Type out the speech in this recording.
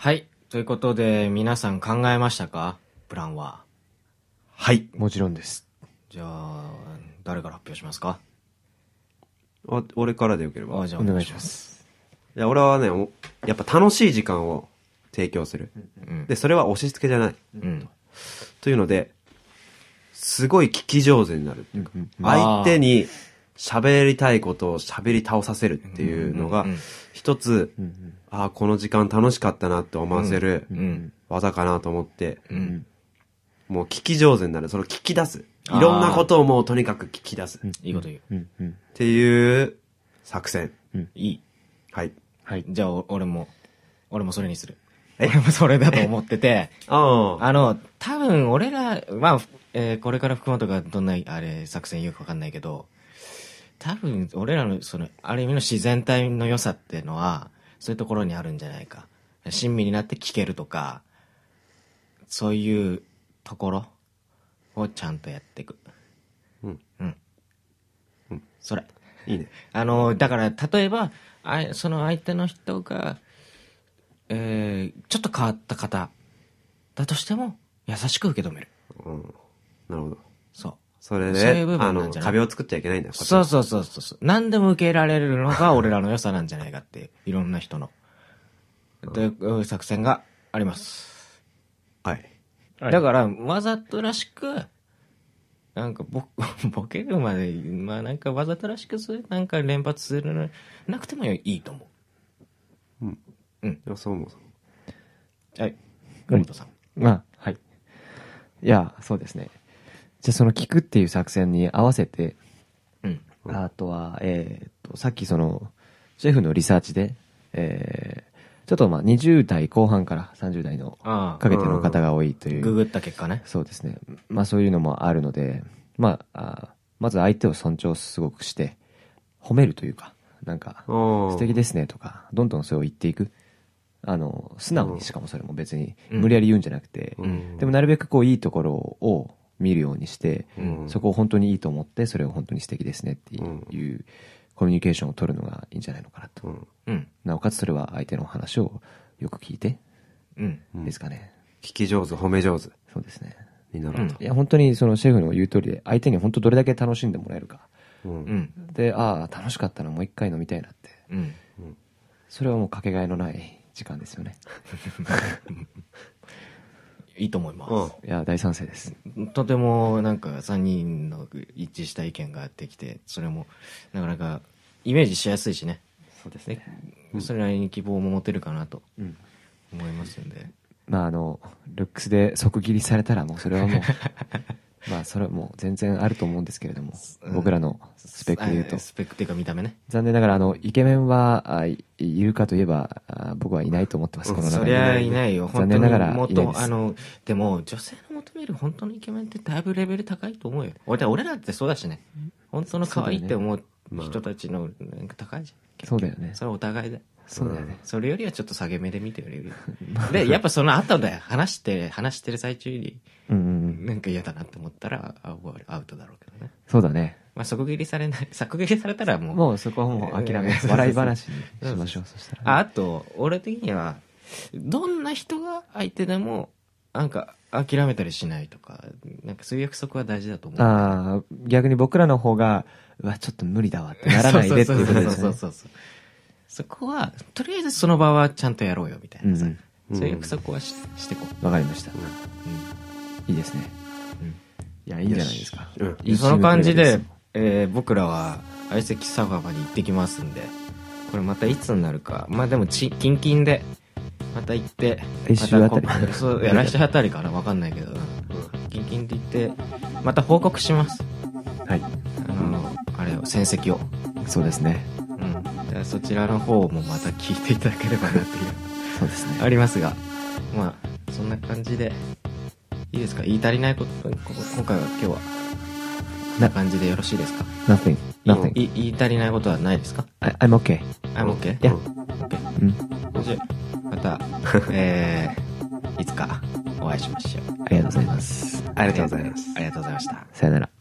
はい。ということで、皆さん考えましたか？プランは。 はい。もちろんです。 じゃあ、誰から発表しますか？ 俺からでよければ。 じゃあお願いします。 じゃあ俺はね、やっぱ楽しい時間を提供する。うん、で、それは押し付けじゃない。うん、というので、すごい聞き上手になるっていうか、相手に喋りたいことを喋り倒させるっていうのが、一つ、ああ、この時間楽しかったなって思わせる技かなと思って、もう聞き上手になる。その聞き出す。いろんなことをもうとにかく聞き出す。 いいこと言う。 っていう作戦。 いい。 はい。 はい。じゃあ、俺もそれにする。俺もそれだと思ってて、多分俺ら、まあ、これから福本がどんな、作戦言うかわかんないけど、多分俺らの、ある意味の自然体の良さっていうのは、そういうところにあるんじゃないか。親身になって聞けるとか、そういうところをちゃんとやっていく。それ。 いいね。 だから、例えば、その相手の人が、ちょっと変わった方だとしても、優しく受け止める。 なるほど。 そう。 それで、壁を作っちゃいけないんだよ。 そう。何でも受け入れられるのが俺らの良さなんじゃないかって、いろんな人の。という作戦があります。 はい。 だから、わざとらしく、なんかボケるまで、まあなんかわざとらしくなんか連発するのなくてもいいと思う。 いや、そう思う。 はい。栗本さん。 はい。いや、そうですね。じゃあその聞くっていう作戦に合わせて、あとは、さっきシェフのリサーチで、ちょっと20代後半から30代のかけての方が多いという。 ググった結果ね。 そうですね。そういうのもあるので、まず相手を尊重すごくして、褒めるというか、なんか、素敵ですねとか、どんどんそれを言っていく。素直にしかもそれも別に無理やり言うんじゃなくて、でもなるべくいいところを見るようにして、そこを本当にいいと思って、それを本当に素敵ですねっていうコミュニケーションを取るのがいいんじゃないのかなと。なおかつそれは相手の話をよく聞いて、ですかね。 聞き上手、褒め上手。 そうですね。 になると。 いや、本当にそのシェフの言う通りで、相手に本当どれだけ楽しんでもらえるか。で、楽しかったな、もう一回飲みたいなって。それはもうかけがえのない時間ですよね。 いいと思います。 いや、大賛成です。 とてもなんか3人の一致した意見ができて、それもなかなかイメージしやすいしね。 そうですね。 それなりに希望も持てるかなと思いますんで。 ルックスで即切りされたらもうそれはもう、それはもう全然あると思うんですけれども、僕らのスペックで言うと。 スペックっていうか見た目ね。 残念ながら、イケメンはいるかといえば、僕はいないと思ってます、この中に。 そりゃいないよ。 残念ながらいないです。 でも、女性の求める本当のイケメンってだいぶレベル高いと思うよ。俺らってそうだしね。本当の可愛いって思う人たちのなんか高いじゃん。 そうだよね。 それはお互いで。 そうだよね。 それよりはちょっと下げ目で見てくれる。で、やっぱその後で話してる最中に、なんか嫌だなって思ったら、アウトだろうけどね。 そうだね。 削切りされたらもう。 もうそこはもう諦め、笑い話にしましょう、そしたら。 あと、俺的には、どんな人が相手でも、なんか、諦めたりしないとか、なんかそういう約束は大事だと思う。 逆に僕らの方が、ちょっと無理だわってならないでっていうことですね。 そう。そこは、とりあえずその場はちゃんとやろうよ、みたいなさ。そういう約束はしてこう。 わかりました。いいですね。いや、いいんじゃないですか。 その感じで、僕らは相席酒場に行ってきますんで、これまたいつになるか。でもキンキンで、また行って、 来週あたり来週あたりかな、わかんないけど、キンキンで行って、また報告します。 はい。 戦績を。 そうですね。 そちらの方もまた聞いていただければなっていう。 そうですね。 ありますが、そんな感じで、いいですか？言い足りないこと、今日は、こんな感じでよろしいですか？ Nothing. 言い足りないことはないですか？ I'm okay. I'm okay? Yeah. OK。じゃあ、また、いつかお会いしましょう。 ありがとうございます。 ありがとうございます。 ありがとうございました。 さよなら。